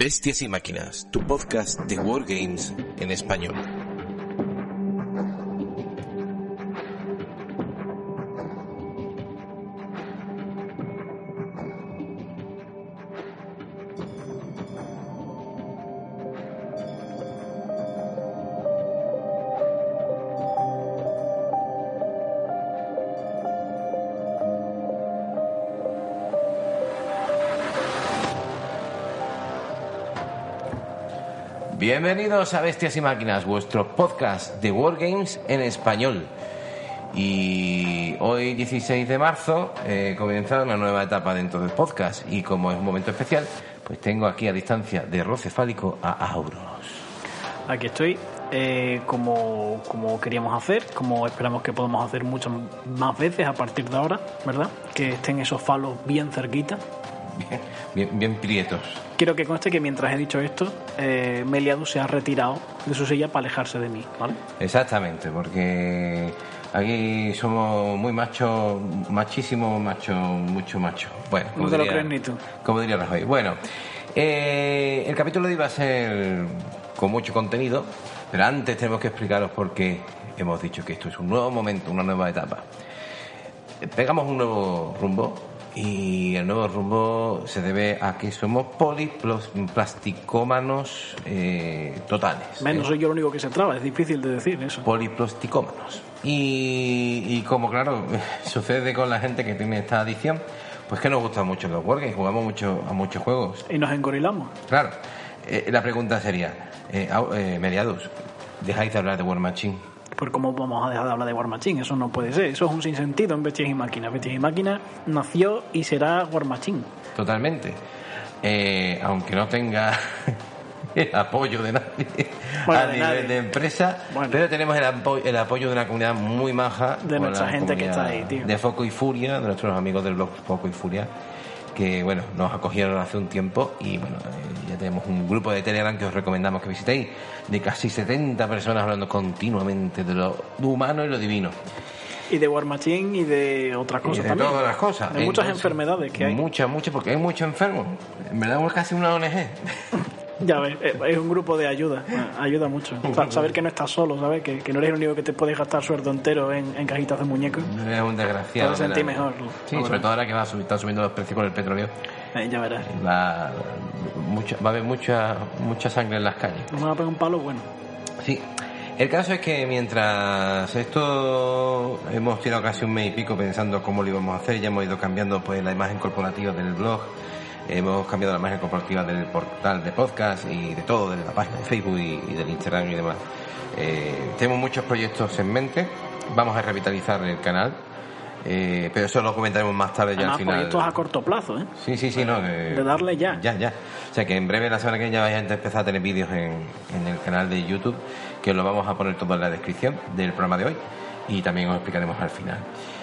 Bestias y Máquinas, tu podcast de Wargames en español. Bienvenidos a Bestias y Máquinas, vuestro podcast de Wargames en español. Y hoy, 16 de marzo, comienza una nueva etapa dentro del podcast. Y como es un momento especial, pues tengo aquí a distancia de roce fálico a Auros. Aquí estoy, como queríamos hacer, como esperamos que podamos hacer muchas más veces a partir de ahora, ¿verdad? Que estén esos falos bien cerquita. Bien prietos. Quiero que conste que mientras he dicho esto, Meliadus se ha retirado de su silla para alejarse de mí, ¿vale? Exactamente, porque aquí somos muy machos, mucho macho. Bueno, No te lo crees ni tú. Como diría Rajoy. Bueno, el capítulo de hoy va a ser con mucho contenido, pero antes tenemos que explicaros por qué hemos dicho que esto es un nuevo momento, una nueva etapa. Pegamos un nuevo rumbo. Y el nuevo rumbo se debe a que somos poliplasticómanos totales. No soy yo el único que se traba, es difícil de decir eso. Poliplasticómanos. Y como claro, sucede con la gente que tiene esta adicción, pues que nos gustan mucho los wargames, jugamos a muchos juegos. Y nos engorilamos. Claro. La pregunta sería, Meliadus, ¿dejáis de hablar de War Machine? Pues ¿cómo vamos a dejar de hablar de War Machine? Eso no puede ser, eso es un sinsentido en Bestias y Máquinas. Bestias y Máquinas nació y será War Machine. Totalmente. Aunque no tenga el apoyo de nadie nivel de empresa, pero tenemos el apoyo de una comunidad muy maja. De nuestra gente que está ahí, tío. De Foco y Furia, de nuestros amigos del blog Foco y Furia, que bueno, nos acogieron hace un tiempo y bueno, ya tenemos un grupo de Telegram que os recomendamos que visitéis, de casi 70 personas hablando continuamente de lo humano y lo divino. Y de War Machine y de otras cosas también. De todas las cosas. De muchas enfermedades que hay. Muchas, porque hay muchos enfermos. En verdad es casi una ONG. Ya ves, es un grupo de ayuda. Ayuda mucho. Saber que no estás solo, ¿sabes? Que no eres el único que te puedes gastar sueldo entero en cajitas de muñecos. No eres un desgraciado. Te sentir mejor. Sí, sobre todo ahora que están subiendo los precios con el petróleo. Ya verás. Va a haber mucha sangre en las calles. Nos van a pegar un palo bueno. Sí. El caso es que mientras esto hemos tirado casi un mes y pico pensando cómo lo íbamos a hacer, ya hemos ido cambiando pues la imagen corporativa del blog, hemos cambiado la imagen corporativa del portal de podcast y de todo, de la página de Facebook y del Instagram y demás. Tenemos muchos proyectos en mente, vamos a revitalizar el canal, pero eso lo comentaremos más tarde. Además, ya al final. Proyectos a corto plazo, ¿eh? Sí, no. De darle ya. Ya. O sea que en breve, la semana que viene, ya vais a empezar a tener vídeos en el canal de YouTube, que lo vamos a poner todo en la descripción del programa de hoy y también os explicaremos al final.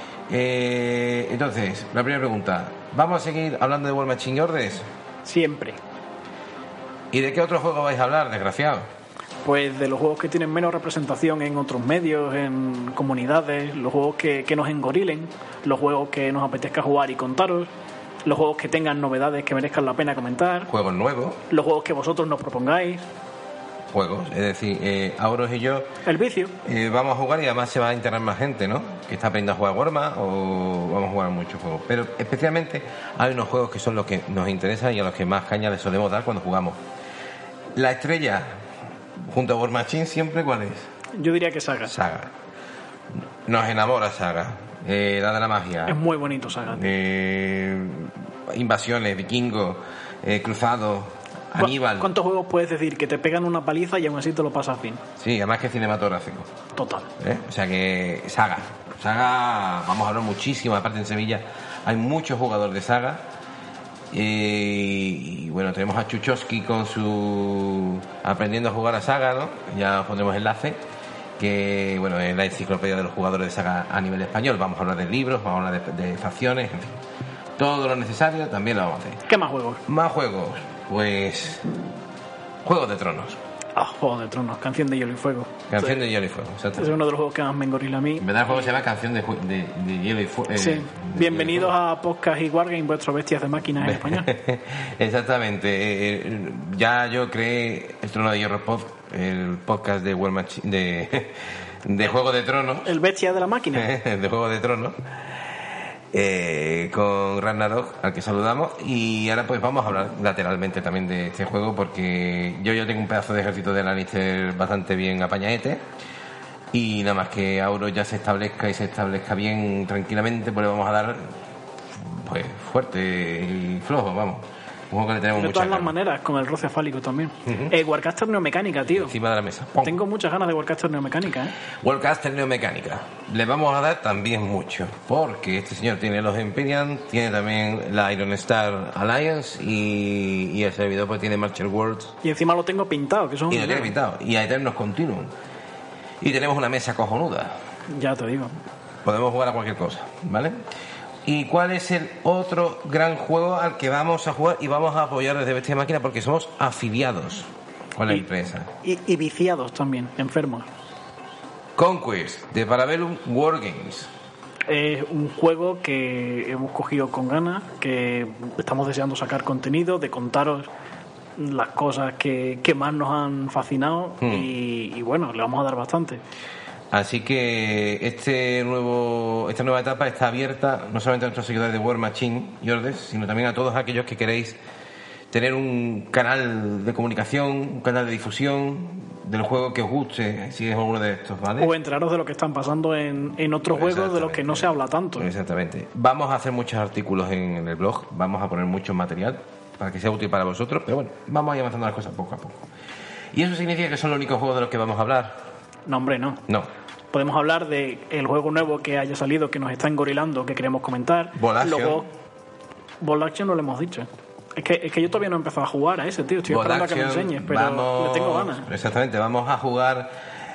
Entonces, la primera pregunta, ¿vamos a seguir hablando de War Machine Orders? Siempre. ¿Y de qué otro juego vais a hablar, desgraciado? Pues de los juegos que tienen menos representación en otros medios, en comunidades, los juegos que nos engorilen, los juegos que nos apetezca jugar y contaros, los juegos que tengan novedades que merezcan la pena comentar, juegos nuevos, los juegos que vosotros nos propongáis. Juegos, es decir, Auros y yo el vicio vamos a jugar y además se va a integrar más gente, ¿no? Que está aprendiendo a jugar Warma o vamos a jugar muchos juegos, pero especialmente hay unos juegos que son los que nos interesan y a los que más caña les solemos dar cuando jugamos. La estrella junto a War Machine siempre, ¿cuál es? Yo diría que Saga. Nos enamora Saga, la de la magia. Es muy bonito Saga. Invasiones, vikingos, cruzados, Aníbal. ¿Cuántos juegos puedes decir que te pegan una paliza y aún así te lo pasas bien? Sí, además que es cinematográfico. Total. O sea que Saga, vamos a hablar muchísimo. Aparte en Sevilla hay muchos jugadores de Saga. Y bueno, tenemos a Chuchowski con su aprendiendo a jugar a Saga, ¿no? Ya os pondremos enlace, que bueno, es la enciclopedia de los jugadores de Saga a nivel español. Vamos a hablar de libros, vamos a hablar de facciones, en fin, todo lo necesario también lo vamos a hacer. ¿Qué más juegos? Pues Juegos de Tronos. Juego de Tronos, Canción de Hielo y Fuego. Canción de Hielo y Fuego, exacto. Es uno de los juegos que más me engorila a mí. En verdad el juego se llama Canción de Hielo y Fuego. Sí. Bienvenidos a Podcast y Wargame, vuestros bestias de máquinas en español. Exactamente. Ya yo creé el Trono de Hierro el podcast de War Machine, de Juego de Tronos. El bestia de la máquina. De Juego de Tronos. Con Ragnarok, al que saludamos, y ahora pues vamos a hablar lateralmente también de este juego, porque yo tengo un pedazo de ejército de Lannister bastante bien apañadete, y nada más que Auro ya se establezca bien tranquilamente, pues le vamos a dar pues fuerte y flojo, vamos. Un juego que le tenemos de muchas todas las ganas. maneras, con el roce fálico también. Warcaster Neomecánica, tío. Encima de la mesa. Tengo muchas ganas de Warcaster Neomecánica, Warcaster Neomecánica. Le vamos a dar también mucho, porque este señor tiene los Empyrean, tiene también la Iron Star Alliance y el servidor pues tiene Marcher Worlds. Y encima lo tengo pintado, que son... Y lo tiene pintado. Y a Eternos Continuum. Y tenemos una mesa cojonuda. Ya te digo. Podemos jugar a cualquier cosa, ¿vale? ¿Y cuál es el otro gran juego al que vamos a jugar y vamos a apoyar desde Bestia de Máquina? Porque somos afiliados con la empresa. Y viciados también, enfermos. Conquest, de Parabellum Wargames. Es un juego que hemos cogido con ganas, que estamos deseando sacar contenido, de contaros las cosas que más nos han fascinado y bueno, le vamos a dar bastante. Así que esta nueva etapa está abierta no solamente a nuestros seguidores de War Machine y Ordes, sino también a todos aquellos que queréis tener un canal de comunicación, un canal de difusión del juego que os guste, si es alguno de estos, ¿vale? O enteraros de lo que están pasando en otros juegos de los que no se habla tanto. Exactamente. Vamos a hacer muchos artículos en el blog, vamos a poner mucho material para que sea útil para vosotros, pero bueno, vamos a ir avanzando las cosas poco a poco. ¿Y eso significa que son los únicos juegos de los que vamos a hablar? No, hombre, no. No. Podemos hablar de el juego nuevo que haya salido, que nos está engorilando, que queremos comentar. Ball Action. Luego, Ball Action no lo hemos dicho. Es que yo todavía no he empezado a jugar a ese, tío. Estoy esperando a que me enseñes, pero le tengo ganas. Exactamente, vamos a jugar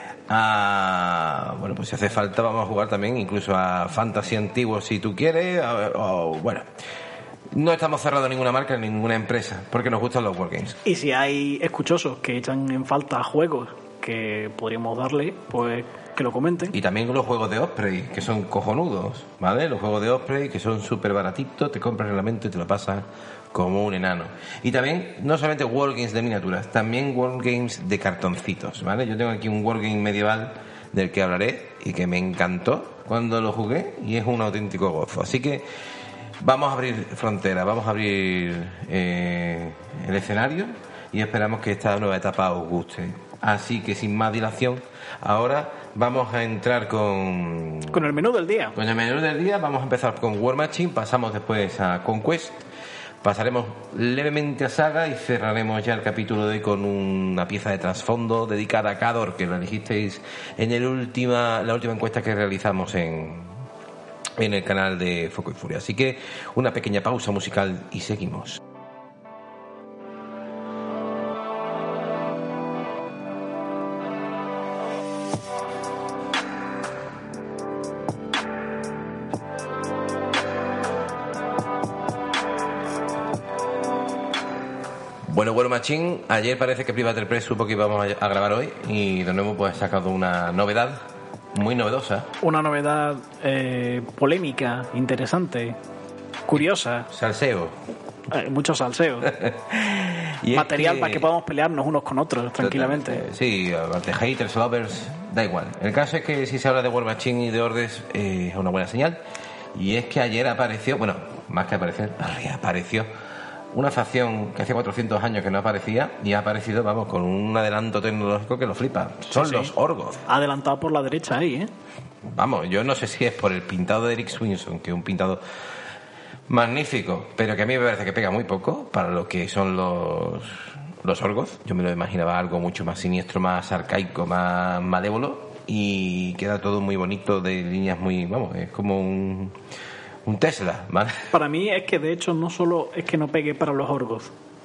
a... Bueno, pues si hace falta vamos a jugar también incluso a Fantasy antiguo si tú quieres, bueno... No estamos cerrados a ninguna marca, ni ninguna empresa, porque nos gustan los wargames. Y si hay escuchosos que echan en falta juegos que podríamos darle, pues que lo comenten. Y también los juegos de Osprey, que son cojonudos, ¿vale? Los juegos de Osprey, que son súper baratitos, te compras el reglamento y te lo pasas como un enano. Y también, no solamente wargames de miniaturas, también wargames de cartoncitos, ¿vale? Yo tengo aquí un wargame medieval del que hablaré y que me encantó cuando lo jugué y es un auténtico gozo. Así que vamos a abrir fronteras, vamos a abrir el escenario y esperamos que esta nueva etapa os guste. Así que sin más dilación, ahora vamos a entrar con el menú del día. Con el menú del día vamos a empezar con War Machine, pasamos después a Conquest, pasaremos levemente a Saga y cerraremos ya el capítulo de hoy con una pieza de trasfondo dedicada a Khador, que lo elegisteis en la última encuesta que realizamos en el canal de Foco y Furia. Así que una pequeña pausa musical y seguimos. Bueno, War Machine, ayer parece que Private Press supo que íbamos a grabar hoy y de nuevo pues ha sacado una novedad muy novedosa. Una novedad polémica, interesante, curiosa. Salseo. Mucho salseo. Y material para que podamos pelearnos unos con otros tranquilamente. Sí, de haters, lovers, da igual. El caso es que si se habla de War Machine y de Ordes es una buena señal. Y es que ayer apareció, bueno, más que aparecer, reapareció una facción que hace 400 años que no aparecía y ha aparecido, vamos, con un adelanto tecnológico que lo flipa. Son los Orgoth. Adelantado por la derecha ahí, ¿eh? Vamos, yo no sé si es por el pintado de Eric Swinson, que es un pintado magnífico, pero que a mí me parece que pega muy poco para lo que son los Orgoth. Yo me lo imaginaba algo mucho más siniestro, más arcaico, más malévolo, y queda todo muy bonito, de líneas muy... Vamos, es como un Tesla, ¿vale? Para mí es que de hecho no solo es que no pegue para los Orgoth,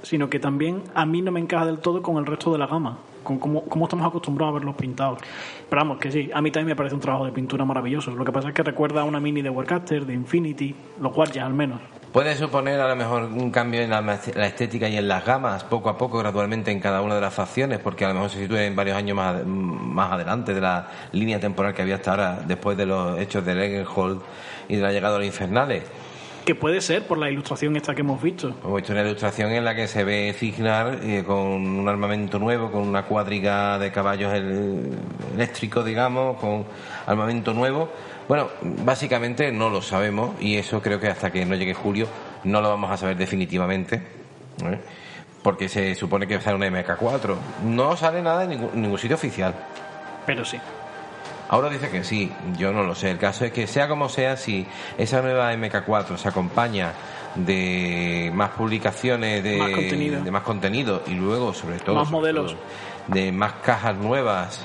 sino que también a mí no me encaja del todo con el resto de la gama, con cómo estamos acostumbrados a verlos pintados. Pero vamos, que sí, a mí también me parece un trabajo de pintura maravilloso. Lo que pasa es que recuerda a una mini de Warcaster, de Infinity, los Guardians al menos. Puede suponer a lo mejor un cambio en la estética y en las gamas, poco a poco, gradualmente en cada una de las facciones, porque a lo mejor se sitúe en varios años más adelante de la línea temporal que había hasta ahora, después de los hechos de Legenhold y de la llegada de los Infernales. Que puede ser por la ilustración esta que hemos visto. Hemos visto una ilustración en la que se ve Cygnar con un armamento nuevo, con una cuadriga de caballos eléctricos, digamos, con armamento nuevo. Bueno, básicamente no lo sabemos y eso creo que hasta que no llegue julio no lo vamos a saber definitivamente, ¿eh? Porque se supone que sale una MK4. No sale nada en ningún sitio oficial. Pero sí. Ahora dice que sí, yo no lo sé. El caso es que sea como sea, si esa nueva MK4 se acompaña de más publicaciones, de más contenido y luego, sobre todo, más modelos, de más cajas nuevas,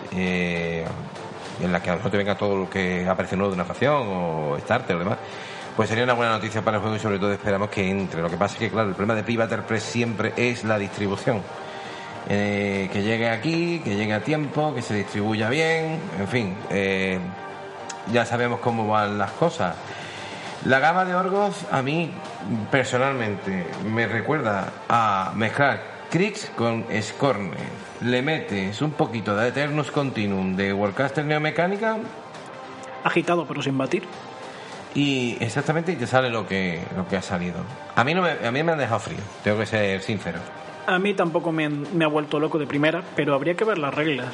en las que a lo mejor te venga todo lo que aparece nuevo de una facción o starter o demás, pues sería una buena noticia para el juego y sobre todo esperamos que entre. Lo que pasa es que, claro, el problema de Private Press siempre es la distribución. Que llegue aquí, que llegue a tiempo, que se distribuya bien, en fin, ya sabemos cómo van las cosas. La gama de Orgoth a mí personalmente me recuerda a mezclar Krix con Scorn. Le metes un poquito de Eternus Continuum de Warcaster Neomecánica, agitado pero sin batir, y exactamente y te sale lo que ha salido. A mí me han dejado frío, tengo que ser sincero. A mí tampoco me ha vuelto loco de primera, pero habría que ver las reglas.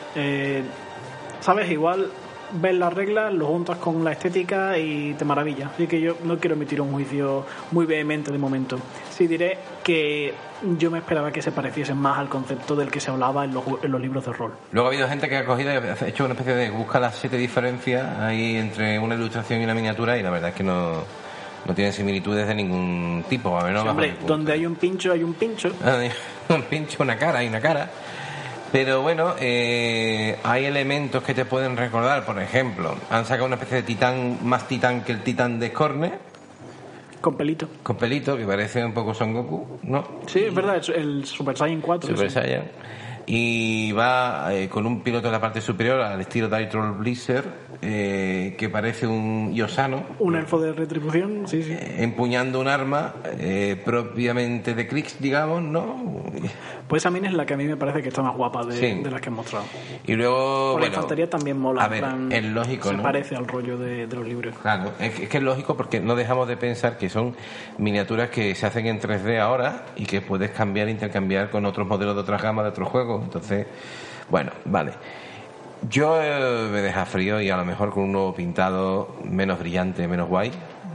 ¿Sabes? Igual ves las reglas, lo juntas con la estética y te maravilla. Así que yo no quiero emitir un juicio muy vehemente de momento. Sí diré que yo me esperaba que se pareciesen más al concepto del que se hablaba en los libros de rol. Luego ha habido gente que ha cogido y ha hecho una especie de busca las 7 diferencias ahí entre una ilustración y una miniatura, y la verdad es que no tienen similitudes de ningún tipo. A ver, no, sí, hombre, donde hay un pincho, hay un pincho. Un pincho, una cara, hay una cara. Pero bueno, hay elementos que te pueden recordar. Por ejemplo, han sacado una especie de titán, más titán que el titán de Scorn. Con pelito. Con pelito, que parece un poco Son Goku, ¿no? Sí, es verdad, el Super Saiyan 4. Super Saiyan. Y va con un piloto en la parte superior al estilo Darktroll Blizzard, que parece un Yosano, un elfo de retribución, sí. Empuñando un arma propiamente de Krix, digamos, ¿no? Pues esa mina es la que a mí me parece que está más guapa de las que he mostrado. Y luego, por la infantería también mola. A ver, es lógico, se ¿no? parece al rollo de los libros. Claro, es que es lógico porque no dejamos de pensar que son miniaturas que se hacen en 3D ahora y que puedes cambiar e intercambiar con otros modelos de otras gamas, de otros juegos. Entonces, bueno, vale. Yo me deja frío y a lo mejor con un nuevo pintado menos brillante, menos guay,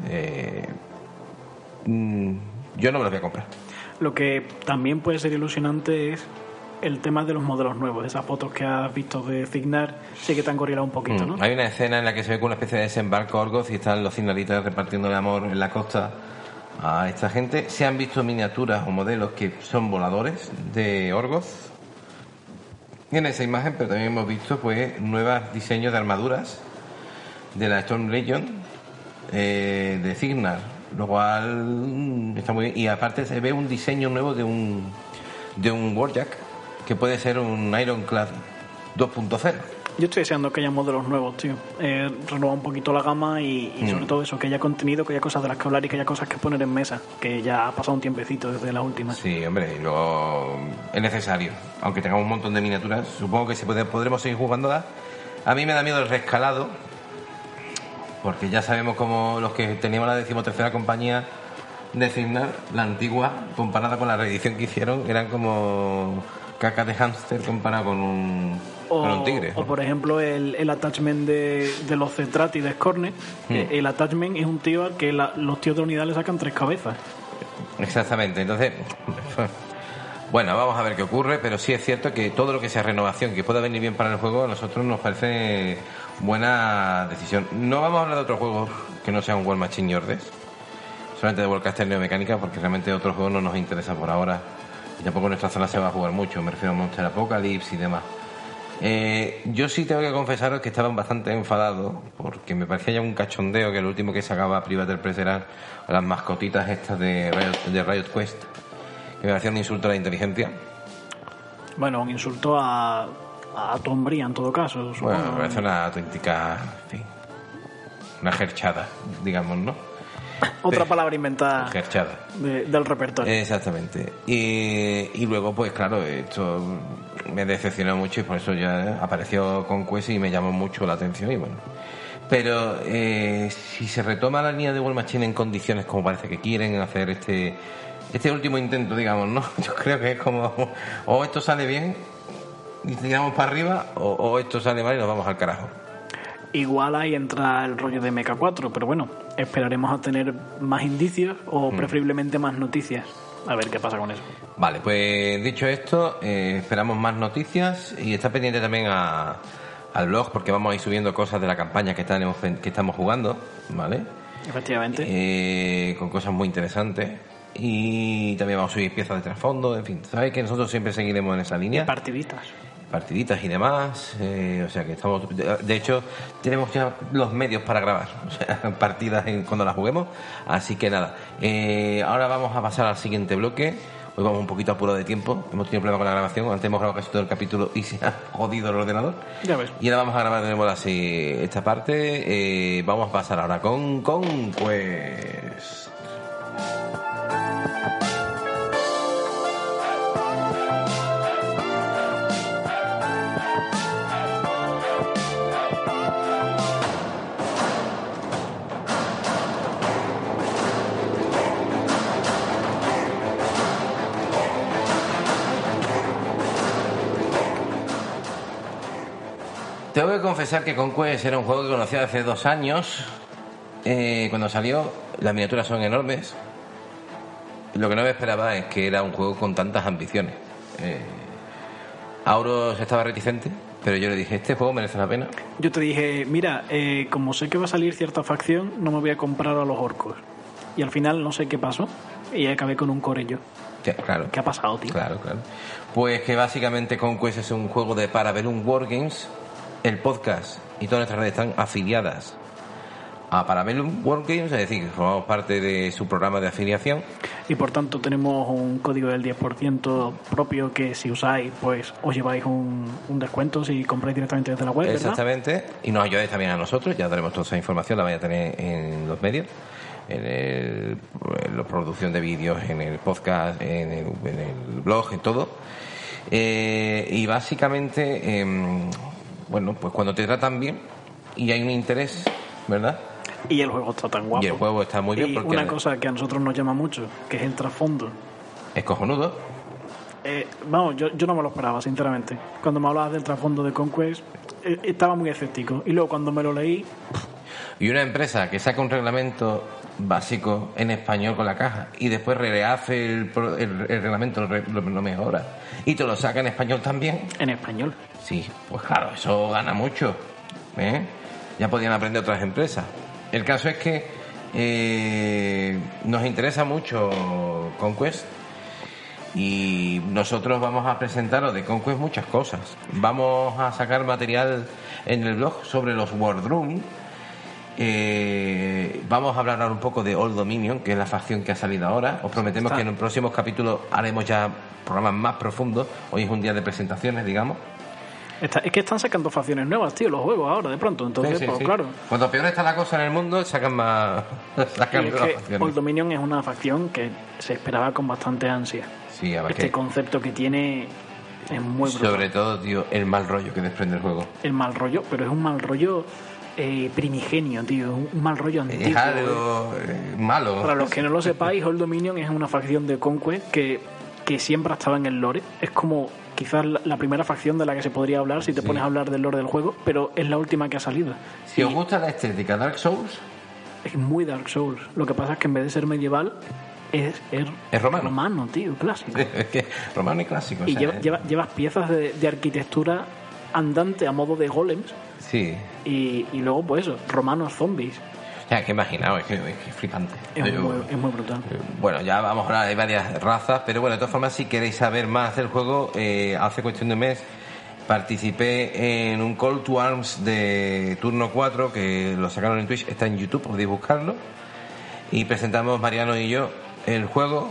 yo no me lo voy a comprar. Lo que también puede ser ilusionante es el tema de los modelos nuevos. Esas fotos que has visto de Cygnar sí que te han gorilado un poquito, ¿no? Hay una escena en la que se ve con una especie de desembarco Orgoth y están los Cygnaritas repartiendo el amor en la costa a esta gente. Se han visto miniaturas o modelos que son voladores de Orgoth en esa imagen, pero también hemos visto pues nuevos diseños de armaduras de la Storm Legion de Cygnar, lo cual está muy bien. Y aparte se ve un diseño nuevo de un Warjack que puede ser un Ironclad 2.0. Yo estoy deseando que haya modelos nuevos, tío. Renovar un poquito la gama y sobre todo eso, que haya contenido, que haya cosas de las que hablar y que haya cosas que poner en mesa, que ya ha pasado un tiempecito desde las últimas. Sí, hombre, y luego es necesario. Aunque tengamos un montón de miniaturas, supongo que podremos seguir jugándolas. A mí me da miedo el rescalado, porque ya sabemos cómo los que teníamos la 13ª compañía de Cygnar, la antigua, comparada con la reedición que hicieron, eran como caca de hámster comparado con un tigre. O por ejemplo el attachment de los Cetrati de Scorn. El attachment es un tío al que los tíos de unidad le sacan 3 cabezas. Exactamente, entonces bueno, vamos a ver qué ocurre, pero sí es cierto que todo lo que sea renovación que pueda venir bien para el juego a nosotros nos parece buena decisión. No vamos a hablar de otros juegos que no sean War Machine y Ordes, solamente de Warcaster Neomecánica, porque realmente otros juegos no nos interesan por ahora y tampoco en nuestra zona se va a jugar mucho. Me refiero a Monster Apocalypse y demás. Yo sí tengo que confesaros que estaba bastante enfadado porque me parecía ya un cachondeo que el último que sacaba Private Press eran las mascotitas estas de Riot Quest, Me parecía un insulto a la inteligencia. Bueno, un insulto a tu hombría en todo caso, supongo. Bueno, me parece una auténtica, en fin, una gerchada, digamos, ¿no? Otra palabra inventada gerchada del repertorio. Exactamente. Y luego, pues claro, esto me decepcionó mucho y por eso ya apareció Conquest y me llamó mucho la atención y bueno. Pero si se retoma la línea de War Machine en condiciones como parece que quieren hacer este último intento, digamos, ¿no? Yo creo que es como o esto sale bien y tiramos para arriba o esto sale mal y nos vamos al carajo. Igual ahí entra el rollo de Mecha 4, pero bueno, esperaremos a tener más indicios o preferiblemente más noticias. A ver qué pasa con eso. Vale, pues dicho esto, esperamos más noticias y está pendiente también al blog porque vamos a ir subiendo cosas de la campaña que estamos jugando, ¿vale? Efectivamente. Con cosas muy interesantes y también vamos a subir piezas de trasfondo, en fin, sabéis que nosotros siempre seguiremos en esa línea. Partiditas y demás, o sea que estamos, de hecho tenemos ya los medios para grabar, o sea, partidas cuando las juguemos, así que nada, ahora vamos a pasar al siguiente bloque. Hoy vamos un poquito apurado de tiempo, hemos tenido problemas con la grabación, antes hemos grabado casi todo el capítulo y se ha jodido el ordenador. Ya ves. Y ahora vamos a grabar de nuevo así esta parte, vamos a pasar ahora con Conquest. Tengo que confesar que Conquest era un juego que conocía hace 2 años. Cuando salió, las miniaturas son enormes. Lo que no me esperaba es que era un juego con tantas ambiciones. Auros estaba reticente, pero yo le dije, este juego merece la pena. Yo te dije, mira, como sé que va a salir cierta facción, no me voy a comprar a los orcos. Y al final no sé qué pasó y acabé con un corello. Sí, claro. ¿Qué ha pasado, tío? Claro. Pues que básicamente Conquest es un juego de Parabellum Wargames. El podcast y todas nuestras redes están afiliadas a Parabellum Wargames, es decir, formamos parte de su programa de afiliación. Y por tanto tenemos un código del 10% propio que si usáis, pues os lleváis un descuento si compráis directamente desde la web, ¿verdad? Exactamente, y nos ayudáis también a nosotros, ya daremos toda esa información, la vais a tener en los medios, en la producción de vídeos, en el podcast, en el blog, en todo. Y básicamente... bueno, pues cuando te tratan bien y hay un interés, ¿verdad? Y el juego está tan guapo. Y el juego está muy bien y porque... una cosa que a nosotros nos llama mucho, que es el trasfondo. Es cojonudo. Vamos, yo no me lo esperaba, sinceramente. Cuando me hablabas del trasfondo de Conquest, estaba muy escéptico. Y luego cuando me lo leí... Y una empresa que saca un reglamento básico en español con la caja y después rehace el reglamento, lo mejora y te lo saca en español también. En español. Sí, pues claro, eso gana mucho. Ya podían aprender otras empresas. El caso es que nos interesa mucho Conquest y nosotros vamos a presentaros de Conquest muchas cosas. Vamos a sacar material en el blog sobre los Wardroom. Vamos a hablar ahora un poco de Old Dominion, que es la facción que ha salido ahora. Os prometemos que en los próximos capítulos haremos ya programas más profundos. Hoy es un día de presentaciones, digamos. Es que están sacando facciones nuevas, tío, los juegos ahora, de pronto. Entonces, sí. Claro. Cuando peor está la cosa en el mundo, sacan más facciones. Old Dominion es una facción que se esperaba con bastante ansia. Sí, a ver este concepto que tiene es muy brutal. Sobre todo, tío, el mal rollo que desprende el juego. El mal rollo, pero es un mal rollo primigenio, tío, un mal rollo antiguo. Es algo malo. Para los que no lo sepáis, Old Dominion es una facción de Conquest que siempre ha estado en el lore. Es como quizás la primera facción de la que se podría hablar si te pones a hablar del lore del juego, pero es la última que ha salido. Si os gusta la estética Dark Souls, es muy Dark Souls. Lo que pasa es que en vez de ser medieval es romano, tío, clásico. Es que romano y clásico. Y llevas piezas de arquitectura andante a modo de golems. Sí. Y luego, pues eso, romanos zombies. Ya, que imaginaos, es que es flipante. Es muy brutal. Bueno, ya vamos a hablar de varias razas, pero bueno, de todas formas, si queréis saber más del juego, hace cuestión de un mes participé en un Call to Arms de turno 4, que lo sacaron en Twitch, está en YouTube, podéis buscarlo, y presentamos Mariano y yo el juego,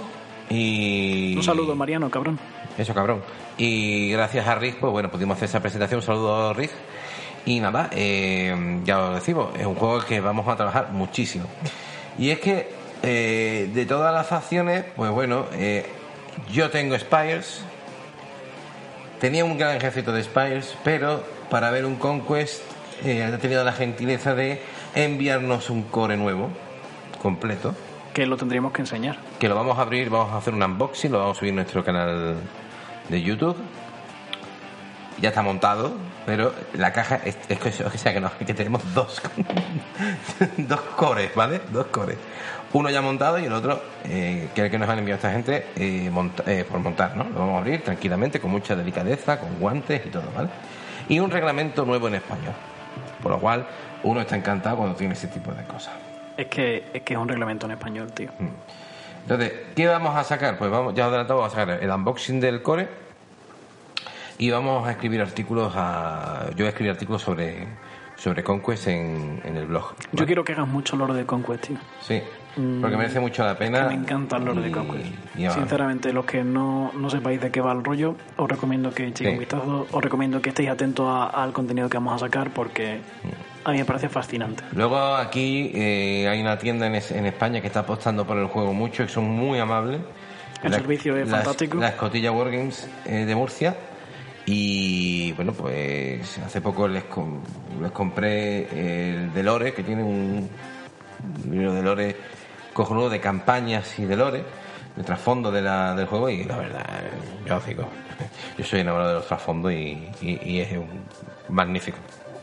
Y un saludo, Mariano, cabrón. Eso, cabrón. Y gracias a Rick, pues bueno, pudimos hacer esa presentación. Un saludo a Rick. Y nada, ya lo decimos, es un juego que vamos a trabajar muchísimo. Y es que de todas las facciones, pues bueno, yo tengo Spires. Tenía un gran ejército de Spires, pero para ver un Conquest ha tenido la gentileza de enviarnos un core nuevo, completo. Que lo tendríamos que enseñar. Que lo vamos a abrir, vamos a hacer un unboxing, lo vamos a subir en nuestro canal de YouTube. Ya está montado, pero la caja es que tenemos dos cores, ¿vale? Dos cores. Uno ya montado y el otro, que es el que nos han enviado esta gente, por montar, ¿no? Lo vamos a abrir tranquilamente, con mucha delicadeza, con guantes y todo, ¿vale? Y un reglamento nuevo en español. Por lo cual, uno está encantado cuando tiene ese tipo de cosas. Es que es un reglamento en español, tío. Entonces, ¿qué vamos a sacar? Pues vamos, ya adelantado, vamos a sacar el unboxing del core y vamos a escribir artículos. Yo voy a escribir artículos sobre Conquest en el blog, ¿vale? Yo quiero que hagas mucho lore de Conquest, tío. Sí, porque merece mucho la pena. Que me encanta el lore de Conquest. Sinceramente, los que no sepáis de qué va el rollo, os recomiendo que echéis un vistazo. Os recomiendo que estéis atentos al contenido que vamos a sacar, porque a mí me parece fascinante. Luego aquí hay una tienda en España que está apostando por el juego mucho, que son muy amables. El servicio es fantástico. La Escotilla Wargames de Murcia. Y bueno, pues hace poco les compré el de lore, que tiene un libro de lore cojonudo de campañas y de lore, de trasfondo del juego. Y la verdad, yo os digo, yo soy enamorado de los trasfondos y es magnífico.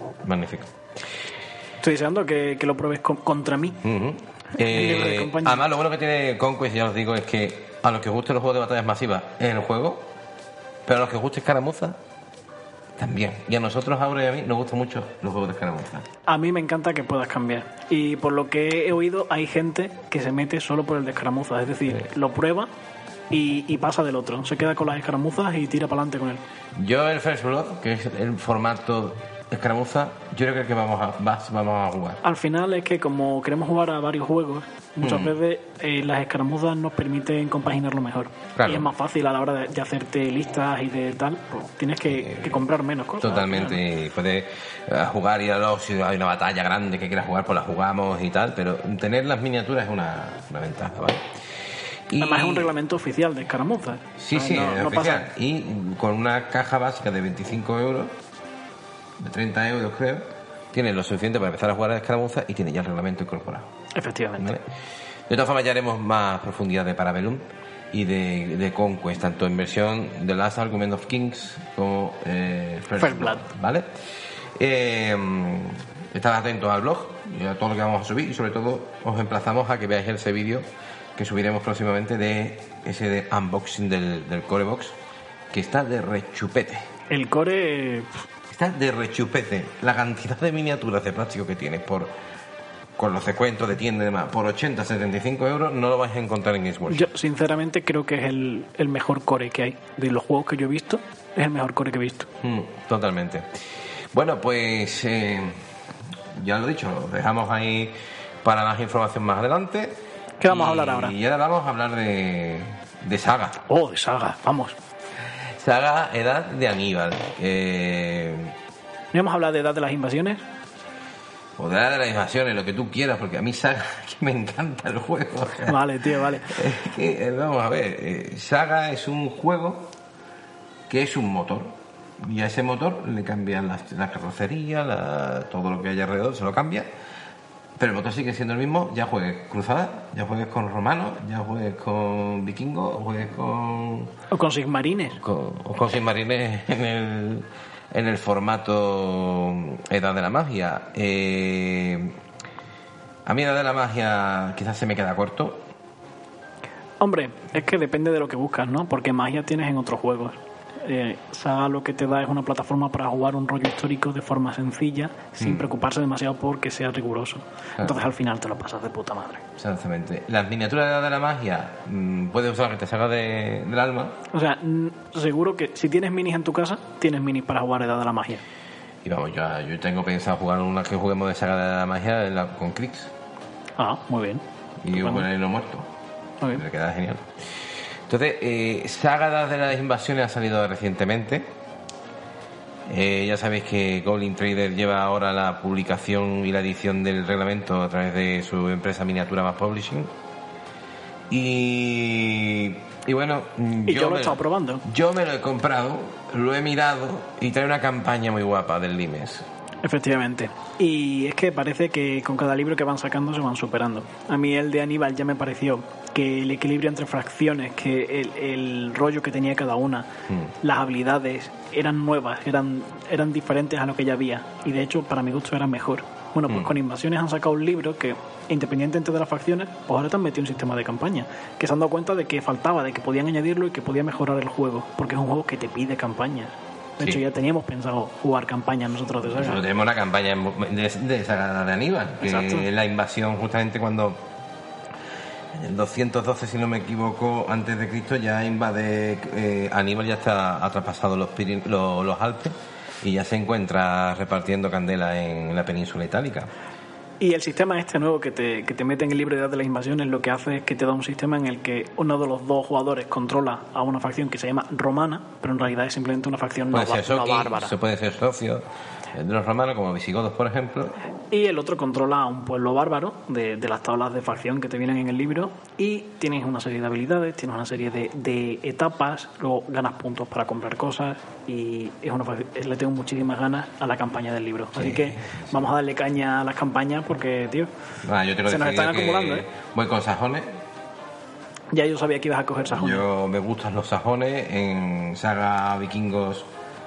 Estoy deseando que lo pruebes contra mí. Además, lo bueno que tiene Conquest, ya os digo, es que a los que os gusten los juegos de batallas masivas es el juego, pero a los que os guste escaramuza también. Y a nosotros, Aura y a mí, nos gustan mucho los juegos de escaramuza. A mí me encanta que puedas cambiar. Y por lo que he oído, hay gente que se mete solo por el de escaramuza. Es decir, lo prueba y pasa del otro. Se queda con las escaramuzas y tira para adelante con él. Yo el First Blood, que es el formato escaramuza, yo creo que es el que vamos a jugar. Al final es que como queremos jugar a varios juegos, muchas veces las escaramuzas nos permiten compaginarlo mejor. Claro. Y es más fácil a la hora de hacerte listas y de tal, pues tienes que comprar menos cosas. Totalmente, y puedes jugar y si hay una batalla grande que quieras jugar, pues la jugamos y tal, pero tener las miniaturas es una ventaja, ¿vale? Y además es un reglamento oficial de escaramuzas. Sí, es oficial. Pasa. Y con una caja básica de 25 euros, de 30 euros creo, tiene lo suficiente para empezar a jugar a escaramuzas y tiene ya el reglamento incorporado. Efectivamente. ¿Vale? De todas formas, ya haremos más profundidad de Parabellum y de Conquest, tanto en versión The Last Argument of Kings como First Blood, ¿vale? Estad atentos al blog y a todo lo que vamos a subir, y sobre todo os emplazamos a que veáis ese vídeo que subiremos próximamente de ese de unboxing del Core Box, que está de rechupete. El Core está de rechupete. La cantidad de miniaturas de plástico que tienes con los descuentos de tienda y demás, por 80, 75 euros, no lo vais a encontrar en Games Workshop. Yo, sinceramente, creo que es el mejor core que hay. De los juegos que yo he visto, es el mejor core que he visto. Totalmente. Bueno, pues ya lo he dicho, lo dejamos ahí para más información más adelante. ¿Qué vamos a hablar ahora? Y ahora vamos a hablar de Saga. Oh, de Saga, vamos. Saga Edad de Aníbal. ¿No vamos a hablar de Edad de las Invasiones? O de Edad de las Invasiones, lo que tú quieras, porque a mí Saga, que me encanta el juego. Vale, tío, vale. Es que, vamos a ver, Saga es un juego que es un motor. Y a ese motor le cambian la carrocería, todo lo que hay alrededor, se lo cambia. Pero el motor sigue siendo el mismo, ya juegues cruzada, ya juegues con romanos, ya juegues con vikingos, o juegues con... O con sigmarines. O con sigmarines en el formato Edad de la Magia. A mí Edad de la Magia quizás se me queda corto. Hombre, es que depende de lo que buscas, ¿no? Porque magia tienes en otros juegos. Saga lo que te da es una plataforma para jugar un rollo histórico de forma sencilla, sin preocuparse demasiado porque sea riguroso. Claro. Entonces al final te lo pasas de puta madre. Exactamente. Las miniaturas de Edad de la Magia puedes usar que te salga del alma. O sea, seguro que si tienes minis en tu casa, tienes minis para jugar Edad de la Magia. Y vamos, yo tengo pensado jugar una que juguemos de Saga de Edad de la Magia con Crix. Ah, muy bien. Y yo con el no muerto. Muy bien. Me queda genial. Entonces, Saga de las Invasiones ha salido recientemente. Ya sabéis que Goblin Trader lleva ahora la publicación y la edición del reglamento a través de su empresa Miniatura Más Publishing. Y bueno, yo lo he estado probando. Yo me lo he comprado, lo he mirado y trae una campaña muy guapa del Limes. Efectivamente. Y es que parece que con cada libro que van sacando se van superando. A mí el de Aníbal ya me pareció que el equilibrio entre fracciones, que el rollo que tenía cada una, las habilidades eran nuevas, eran diferentes a lo que ya había. Y de hecho, para mi gusto, era mejor. Bueno, pues con Invasiones han sacado un libro que, independientemente de las facciones, pues ahora te han metido un sistema de campaña. Que se han dado cuenta de que faltaba, de que podían añadirlo y que podía mejorar el juego. Porque es un juego que te pide campañas. De hecho, ya teníamos pensado jugar campañas nosotros de Saga. Nosotros tenemos una campaña de Saga de Aníbal, que es la invasión justamente cuando en el 212, si no me equivoco, antes de Cristo, ya invade Aníbal, ya ha traspasado los Alpes y ya se encuentra repartiendo candela en la península itálica. Y el sistema este nuevo que te mete en el libro de edad de las invasiones lo que hace es que te da un sistema en el que uno de los dos jugadores controla a una facción que se llama romana, pero en realidad es simplemente una facción no bárbara. Se puede ser socio de los romanos, como visigodos, por ejemplo. Y el otro controla a un pueblo bárbaro de las tablas de facción que te vienen en el libro, y tienes una serie de habilidades, tienes una serie de etapas, luego ganas puntos para comprar cosas, y le tengo muchísimas ganas a la campaña del libro. Así que vamos a darle caña a las campañas porque, tío, se nos están acumulando. Voy con sajones. Ya yo sabía que ibas a coger sajones. Yo me gustan los sajones. En Saga Vikingos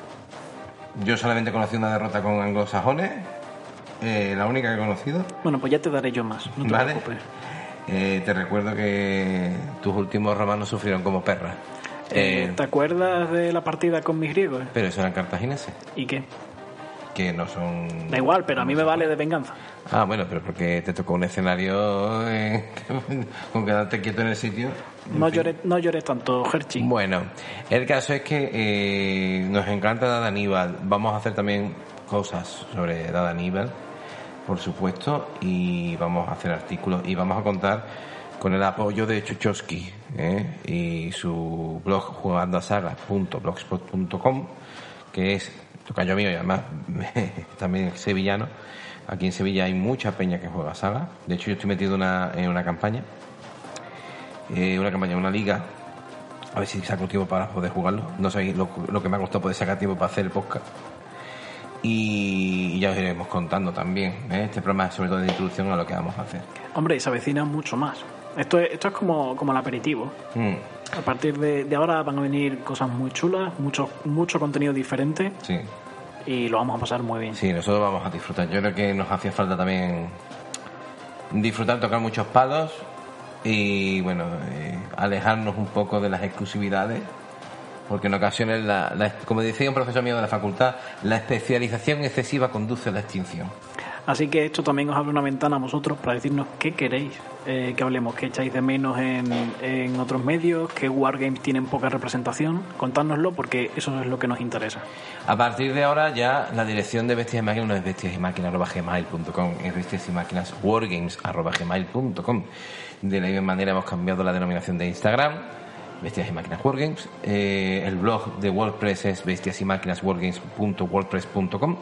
yo solamente he conocido una derrota con anglosajones, la única que he conocido. Bueno, pues ya te daré yo más, no te preocupes. Te recuerdo que tus últimos romanos sufrieron como perras. ¿Te acuerdas de la partida con mis griegos? Pero eso eran cartagineses. ¿Y qué? Que no son... Da igual, pero a mí me vale de venganza. Ah, bueno, pero porque te tocó un escenario con quedarte quieto en el sitio. No llores tanto, Herchi. Bueno, el caso es que nos encanta Dad Aníbal. Vamos a hacer también cosas sobre Dad Aníbal, por supuesto, y vamos a hacer artículos y vamos a contar con el apoyo de Chuchowski y su blog jugandoasaga.blogspot.com, que es tocayo mío y además también sevillano. Aquí en Sevilla hay mucha peña que juega Saga. De hecho, yo estoy metido en una campaña, una liga. A ver si saco tiempo para poder jugarlo. No sé lo que me ha costado poder sacar tiempo para hacer el podcast. Y ya os iremos contando también. Este programa es sobre todo de introducción a lo que vamos a hacer. Hombre, y se avecina mucho más. Esto es como el aperitivo. A partir de ahora van a venir cosas muy chulas, mucho contenido diferente. Sí. Y lo vamos a pasar muy bien. Sí, nosotros vamos a disfrutar. Yo creo que nos hacía falta también disfrutar, tocar muchos palos y, bueno, alejarnos un poco de las exclusividades, porque en ocasiones, como decía un profesor mío de la facultad, la especialización excesiva conduce a la extinción. Así que esto también os abre una ventana a vosotros para decirnos qué queréis que hablemos, qué echáis de menos en otros medios, qué wargames tienen poca representación. Contádnoslo, porque eso es lo que nos interesa. A partir de ahora ya la dirección de Bestias y Máquinas no es bestiasymáquinas@gmail.com, es bestiasymáquinas@gmail.com. De la misma manera hemos cambiado la denominación de Instagram, Bestias y Máquinas Wargames. El blog de WordPress es bestiasymáquinaswargames.wordpress.com.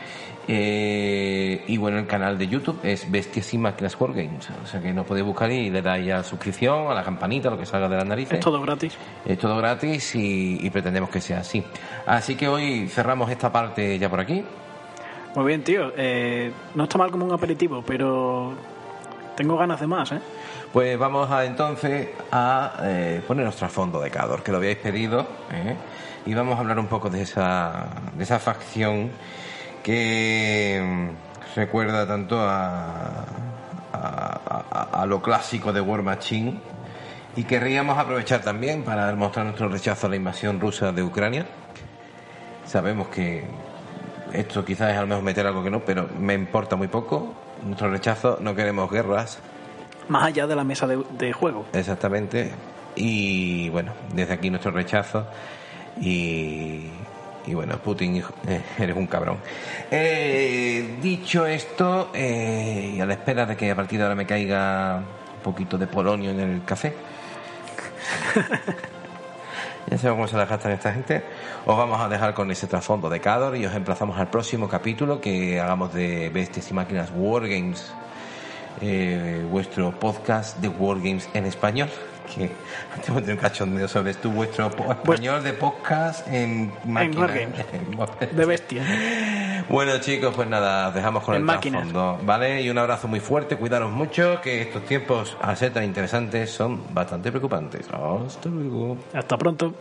Y bueno, el canal de YouTube es Bestias y Máquinas Wargames. O sea que nos podéis buscar y le dais a suscripción, a la campanita, lo que salga de las narices. Es todo gratis. Es todo gratis y pretendemos que sea así. Así que hoy cerramos esta parte ya por aquí. Muy bien, tío. No está mal como un aperitivo, pero tengo ganas de más, Pues vamos entonces a ponernos trasfondo de Khador, que lo habíais pedido, y vamos a hablar un poco de esa facción que recuerda tanto a lo clásico de War Machine, y querríamos aprovechar también para mostrar nuestro rechazo a la invasión rusa de Ucrania. Sabemos que esto quizás es a lo mejor meter algo que no, pero me importa muy poco. Nuestro rechazo, no queremos guerras. Más allá de la mesa de juego. Exactamente. Y bueno, desde aquí nuestro rechazo. Y bueno, Putin, eres un cabrón. Dicho esto, y a la espera de que a partir de ahora me caiga un poquito de polonio en el café, Ya sabemos cómo se la gastan esta gente. Os vamos a dejar con ese trasfondo de Khador y os emplazamos al próximo capítulo que hagamos de Bestias y Máquinas Wargames, vuestro podcast de Wargames en español. Que tengo un cachondeo sobre esto, vuestro español de podcast en máquinas. De bestias. Bueno, chicos, pues nada, os dejamos con en el máquinas. trasfondo, ¿vale? Y un abrazo muy fuerte, cuidaros mucho, que estos tiempos, al ser tan interesantes, son bastante preocupantes. Hasta luego. Hasta pronto.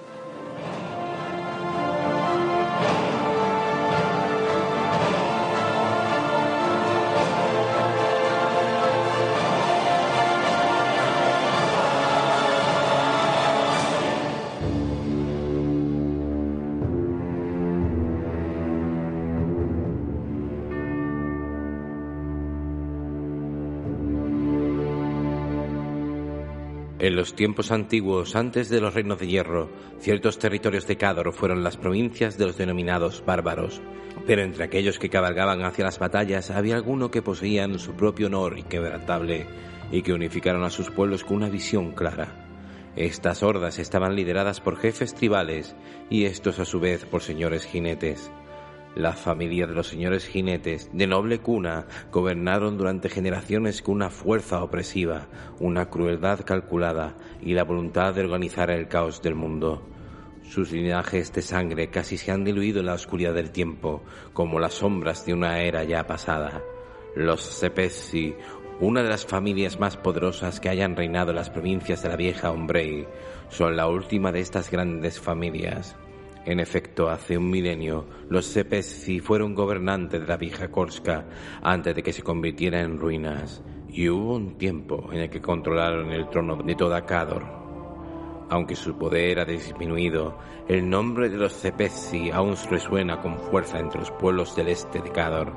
En los tiempos antiguos, antes de los reinos de hierro, ciertos territorios de Khador fueron las provincias de los denominados bárbaros. Pero entre aquellos que cabalgaban hacia las batallas había algunos que poseían su propio honor inquebrantable y que unificaron a sus pueblos con una visión clara. Estas hordas estaban lideradas por jefes tribales y estos a su vez por señores jinetes. La familia de los señores jinetes, de noble cuna, gobernaron durante generaciones con una fuerza opresiva, una crueldad calculada y la voluntad de organizar el caos del mundo. Sus linajes de sangre casi se han diluido en la oscuridad del tiempo, como las sombras de una era ya pasada. Los Cepesi, una de las familias más poderosas que hayan reinado en las provincias de la vieja Umbrey, son la última de estas grandes familias. En efecto, hace un milenio, los Cepesi fueron gobernantes de la vieja Korska antes de que se convirtiera en ruinas, y hubo un tiempo en el que controlaron el trono de toda Khador. Aunque su poder ha disminuido, el nombre de los Cepesi aún resuena con fuerza entre los pueblos del este de Khador.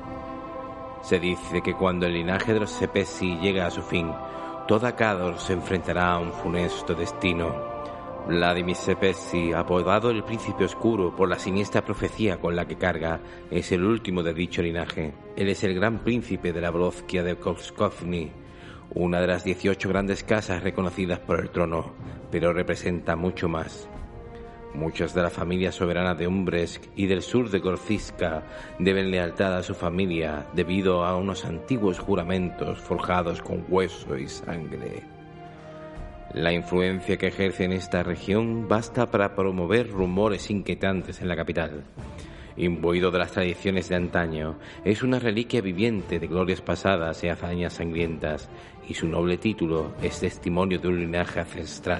Se dice que cuando el linaje de los Cepesi llega a su fin, toda Khador se enfrentará a un funesto destino. Vladimir Cepesi, apodado el Príncipe Oscuro por la siniestra profecía con la que carga, es el último de dicho linaje. Él es el gran príncipe de la Voloskia de Koskovny, una de las 18 grandes casas reconocidas por el trono, pero representa mucho más. Muchas de las familias soberanas de Umbresk y del sur de Gorziska deben lealtad a su familia debido a unos antiguos juramentos forjados con hueso y sangre. La influencia que ejerce en esta región basta para promover rumores inquietantes en la capital. Imbuido de las tradiciones de antaño, es una reliquia viviente de glorias pasadas y hazañas sangrientas, y su noble título es testimonio de un linaje ancestral.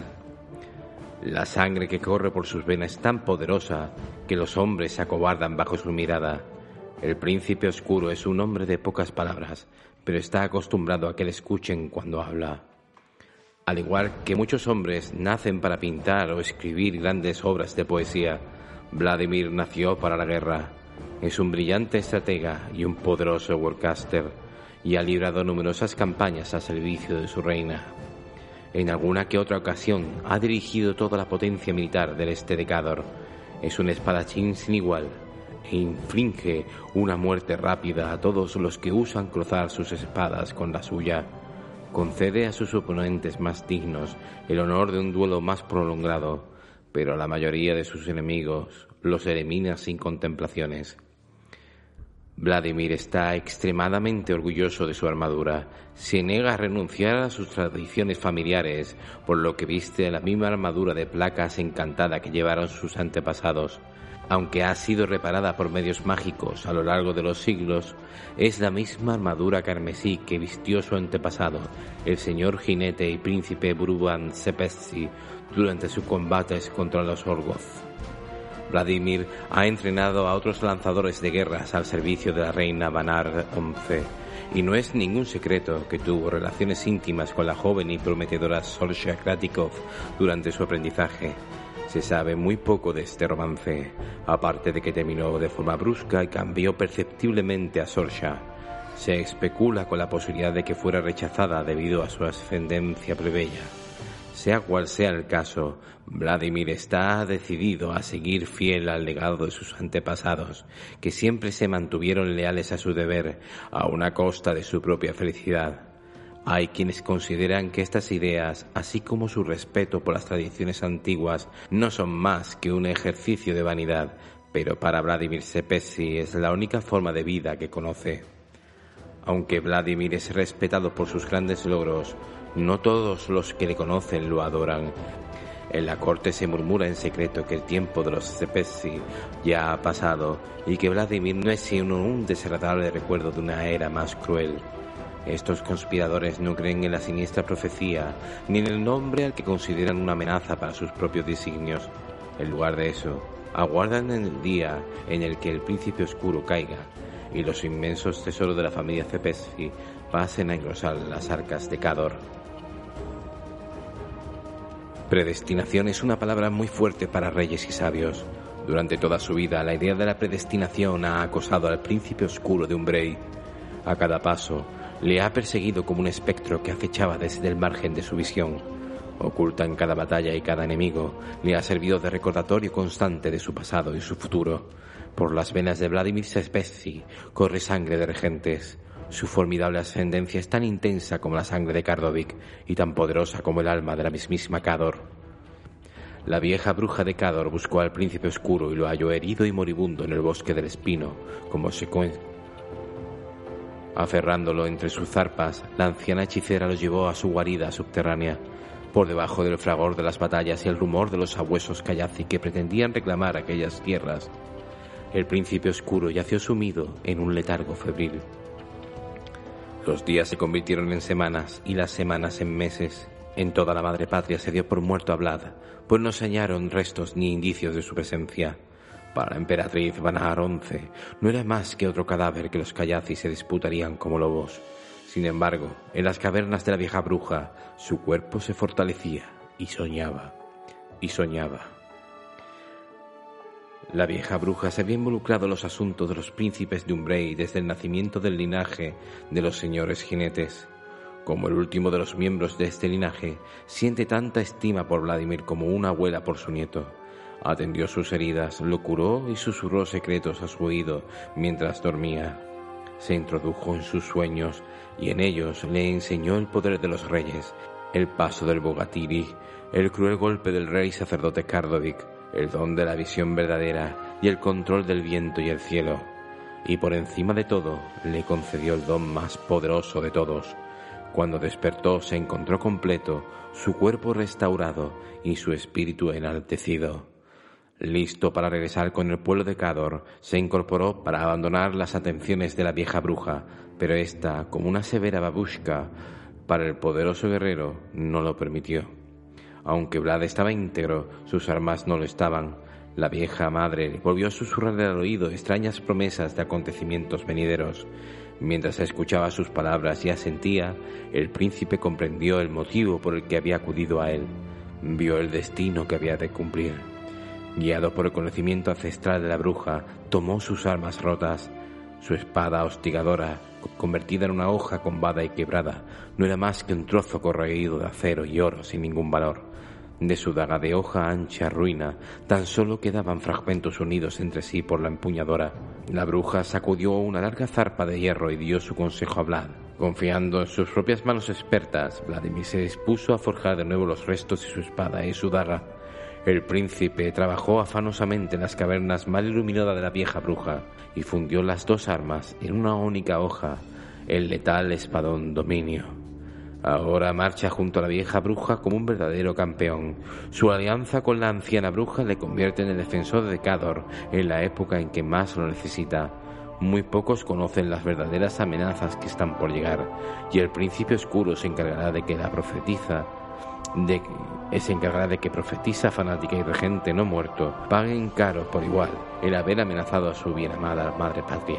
La sangre que corre por sus venas es tan poderosa que los hombres se acobardan bajo su mirada. El Príncipe Oscuro es un hombre de pocas palabras, pero está acostumbrado a que le escuchen cuando habla. Al igual que muchos hombres nacen para pintar o escribir grandes obras de poesía, Vladimir nació para la guerra. Es un brillante estratega y un poderoso warcaster, y ha librado numerosas campañas al servicio de su reina. En alguna que otra ocasión ha dirigido toda la potencia militar del este de Khador. Es un espadachín sin igual e inflige una muerte rápida a todos los que usan cruzar sus espadas con la suya. Concede a sus oponentes más dignos el honor de un duelo más prolongado, pero a la mayoría de sus enemigos los elimina sin contemplaciones. Vladimir está extremadamente orgulloso de su armadura. Se niega a renunciar a sus tradiciones familiares, por lo que viste la misma armadura de placas encantada que llevaron sus antepasados. Aunque ha sido reparada por medios mágicos a lo largo de los siglos, es la misma armadura carmesí que vistió su antepasado, el señor jinete y príncipe Bruban Cepesi, durante sus combates contra los Orgoth. Vladimir ha entrenado a otros lanzadores de guerras al servicio de la reina Vanar XI, y no es ningún secreto que tuvo relaciones íntimas con la joven y prometedora Sorsha Kratikov durante su aprendizaje. Se sabe muy poco de este romance, aparte de que terminó de forma brusca y cambió perceptiblemente a Sorsha. Se especula con la posibilidad de que fuera rechazada debido a su ascendencia plebeya. Sea cual sea el caso, Vladimir está decidido a seguir fiel al legado de sus antepasados, que siempre se mantuvieron leales a su deber, a una costa de su propia felicidad. Hay quienes consideran que estas ideas, así como su respeto por las tradiciones antiguas, no son más que un ejercicio de vanidad, pero para Vladimir Szepesi es la única forma de vida que conoce. Aunque Vladimir es respetado por sus grandes logros, no todos los que le conocen lo adoran. En la corte se murmura en secreto que el tiempo de los Szepesi ya ha pasado y que Vladimir no es sino un desagradable recuerdo de una era más cruel. Estos conspiradores no creen en la siniestra profecía ni en el nombre al que consideran una amenaza para sus propios designios. En lugar de eso, aguardan el día en el que el príncipe oscuro caiga y los inmensos tesoros de la familia Szepesi pasen a engrosar las arcas de Khador. Predestinación es una palabra muy fuerte para reyes y sabios. Durante toda su vida, la idea de la predestinación ha acosado al príncipe oscuro de Umbrae. A cada paso, le ha perseguido como un espectro que acechaba desde el margen de su visión. Oculta en cada batalla y cada enemigo, le ha servido de recordatorio constante de su pasado y su futuro. Por las venas de Vladimir Szepesi corre sangre de regentes. Su formidable ascendencia es tan intensa como la sangre de Cardovic y tan poderosa como el alma de la mismísima Khador. La vieja bruja de Khador buscó al príncipe oscuro y lo halló herido y moribundo en el bosque del espino, como aferrándolo entre sus zarpas, la anciana hechicera lo llevó a su guarida subterránea. Por debajo del fragor de las batallas y el rumor de los sabuesos Kayazi que pretendían reclamar aquellas tierras, el príncipe oscuro yació sumido en un letargo febril. Los días se convirtieron en semanas y las semanas en meses. En toda la madre patria se dio por muerto a Vlad, pues no se hallaron restos ni indicios de su presencia. Para la emperatriz Vanahar XI no era más que otro cadáver que los Kayazi se disputarían como lobos. Sin embargo, en las cavernas de la vieja bruja, su cuerpo se fortalecía y soñaba. Y soñaba. La vieja bruja se había involucrado en los asuntos de los príncipes de Umbrae desde el nacimiento del linaje de los señores jinetes. Como el último de los miembros de este linaje, siente tanta estima por Vladimir como una abuela por su nieto. Atendió sus heridas, lo curó y susurró secretos a su oído mientras dormía. Se introdujo en sus sueños y en ellos le enseñó el poder de los reyes, el paso del Bogatiri, el cruel golpe del rey sacerdote Cardovic, el don de la visión verdadera y el control del viento y el cielo. Y por encima de todo, le concedió el don más poderoso de todos. Cuando despertó se encontró completo, su cuerpo restaurado y su espíritu enaltecido. Listo para regresar con el pueblo de Khador, se incorporó para abandonar las atenciones de la vieja bruja, pero ésta, como una severa babushka para el poderoso guerrero, no lo permitió. Aunque Vlad estaba íntegro, sus armas no lo estaban. La vieja madre le volvió a susurrarle al oído extrañas promesas de acontecimientos venideros. Mientras escuchaba sus palabras y asentía, el príncipe comprendió el motivo por el que había acudido a él. Vio el destino que había de cumplir. Guiado por el conocimiento ancestral de la bruja, tomó sus armas rotas. Su espada hostigadora, convertida en una hoja combada y quebrada, no era más que un trozo corroído de acero y oro sin ningún valor. De su daga de hoja ancha ruina, tan solo quedaban fragmentos unidos entre sí por la empuñadura. La bruja sacudió una larga zarpa de hierro y dio su consejo a Vlad. Confiando en sus propias manos expertas, Vladimir se dispuso a forjar de nuevo los restos de su espada y su daga. El príncipe trabajó afanosamente en las cavernas mal iluminadas de la vieja bruja y fundió las dos armas en una única hoja, el letal espadón Dominio. Ahora marcha junto a la vieja bruja como un verdadero campeón. Su alianza con la anciana bruja le convierte en el defensor de Khador en la época en que más lo necesita. Muy pocos conocen las verdaderas amenazas que están por llegar, y el príncipe oscuro se encargará de que profetisa fanática y regente no muerto paguen caro por igual el haber amenazado a su bien amada madre patria.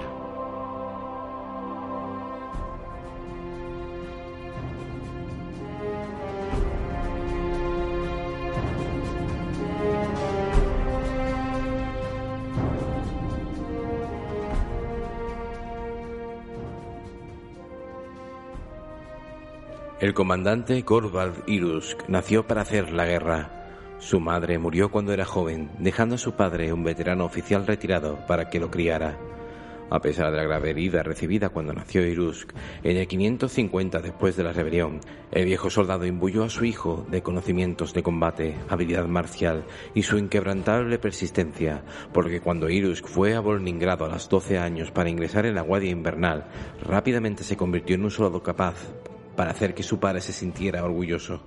El comandante Gorvald Irusk nació para hacer la guerra. Su madre murió cuando era joven, dejando a su padre, un veterano oficial retirado, para que lo criara. A pesar de la grave herida recibida cuando nació Irusk, en el 550 después de la rebelión, el viejo soldado imbuyó a su hijo de conocimientos de combate, habilidad marcial y su inquebrantable persistencia, porque cuando Irusk fue a Volningrado a los 12 años para ingresar en la Guardia Invernal, rápidamente se convirtió en un soldado capaz para hacer que su padre se sintiera orgulloso.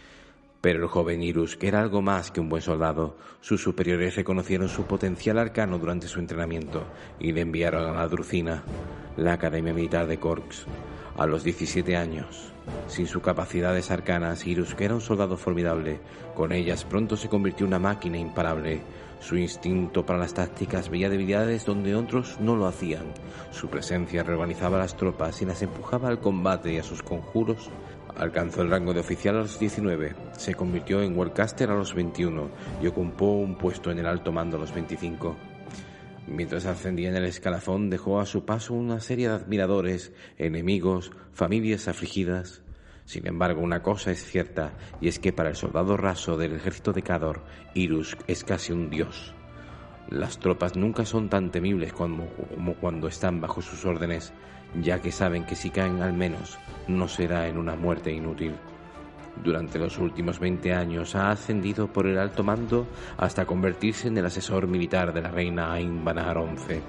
Pero el joven Irusk era algo más que un buen soldado. Sus superiores reconocieron su potencial arcano durante su entrenamiento y le enviaron a la Drucina, la Academia Militar de Korks, a los 17 años. Sin sus capacidades arcanas, Irusk era un soldado formidable. Con ellas pronto se convirtió en una máquina imparable. Su instinto para las tácticas veía debilidades donde otros no lo hacían. Su presencia reorganizaba las tropas y las empujaba al combate y a sus conjuros. Alcanzó el rango de oficial a los 19, se convirtió en Warcaster a los 21 y ocupó un puesto en el alto mando a los 25. Mientras ascendía en el escalafón, dejó a su paso una serie de admiradores, enemigos, familias afligidas. Sin embargo, una cosa es cierta, y es que para el soldado raso del ejército de Khador, Irusk es casi un dios. Las tropas nunca son tan temibles como cuando están bajo sus órdenes, ya que saben que si caen al menos no será en una muerte inútil. Durante los últimos 20 años ha ascendido por el alto mando hasta convertirse en el asesor militar de la reina Ain Banar XI.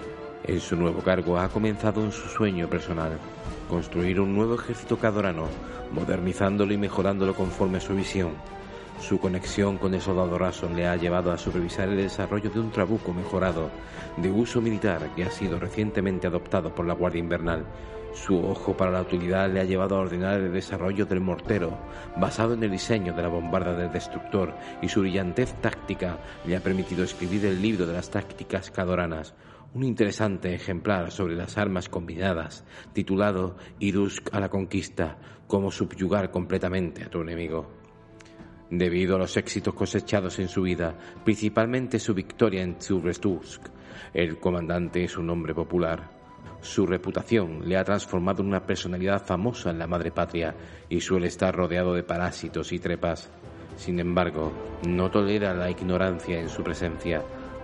En su nuevo cargo ha comenzado en su sueño personal, construir un nuevo ejército khadorano, modernizándolo y mejorándolo conforme a su visión. Su conexión con el soldado raso le ha llevado a supervisar el desarrollo de un trabuco mejorado de uso militar que ha sido recientemente adoptado por la Guardia Invernal. Su ojo para la utilidad le ha llevado a ordenar el desarrollo del mortero, basado en el diseño de la bombarda del destructor, y su brillantez táctica le ha permitido escribir el libro de las tácticas khadoranas, un interesante ejemplar sobre las armas combinadas, titulado Irusk a la conquista, cómo subyugar completamente a tu enemigo. Debido a los éxitos cosechados en su vida, principalmente su victoria en Tsurvestusk, el comandante es un hombre popular. Su reputación le ha transformado en una personalidad famosa en la madre patria y suele estar rodeado de parásitos y trepas. Sin embargo, no tolera la ignorancia en su presencia.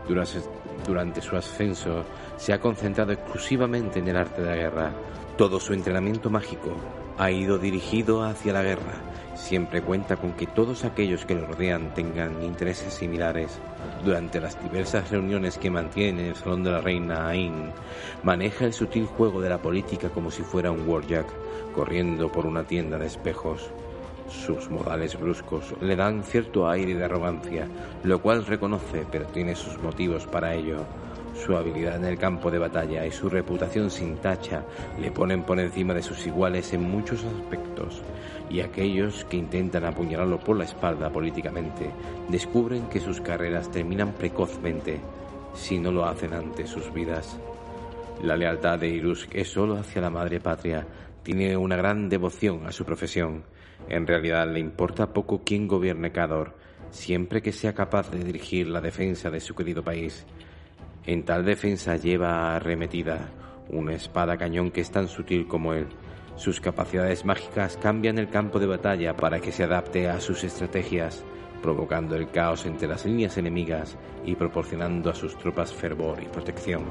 Durante su ascenso se ha concentrado exclusivamente en el arte de la guerra. Todo su entrenamiento mágico ha ido dirigido hacia la guerra. Siempre cuenta con que todos aquellos que lo rodean tengan intereses similares. Durante las diversas reuniones que mantiene en el Salón de la Reina Ain, maneja el sutil juego de la política como si fuera un warjack, corriendo por una tienda de espejos. Sus modales bruscos le dan cierto aire de arrogancia, lo cual reconoce, pero tiene sus motivos para ello. Su habilidad en el campo de batalla y su reputación sin tacha le ponen por encima de sus iguales en muchos aspectos, y aquellos que intentan apuñalarlo por la espalda políticamente descubren que sus carreras terminan precozmente si no lo hacen antes sus vidas. La lealtad de Irusk es solo hacia la madre patria. Tiene una gran devoción a su profesión. En realidad le importa poco quién gobierne Khador, siempre que sea capaz de dirigir la defensa de su querido país. En tal defensa lleva arremetida una espada cañón que es tan sutil como él. Sus capacidades mágicas cambian el campo de batalla para que se adapte a sus estrategias, provocando el caos entre las líneas enemigas y proporcionando a sus tropas fervor y protección.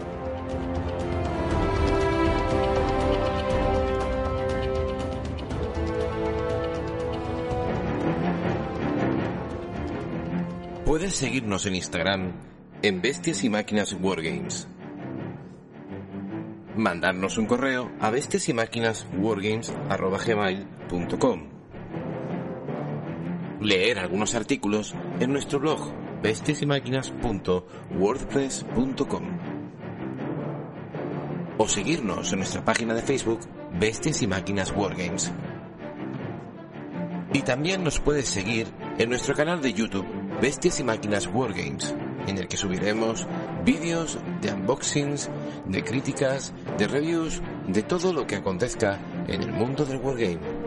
Puedes seguirnos en Instagram en Bestias y Máquinas Wargames. Mandarnos un correo a bestiasymaquinaswargames@gmail.com. Leer algunos artículos en nuestro blog bestiasymaquinas.wordpress.com. O seguirnos en nuestra página de Facebook Bestias y Máquinas Wargames. Y también nos puedes seguir en nuestro canal de YouTube Bestias y Máquinas Wargames, en el que subiremos vídeos de unboxings, de críticas, de reviews, de todo lo que acontezca en el mundo del wargame.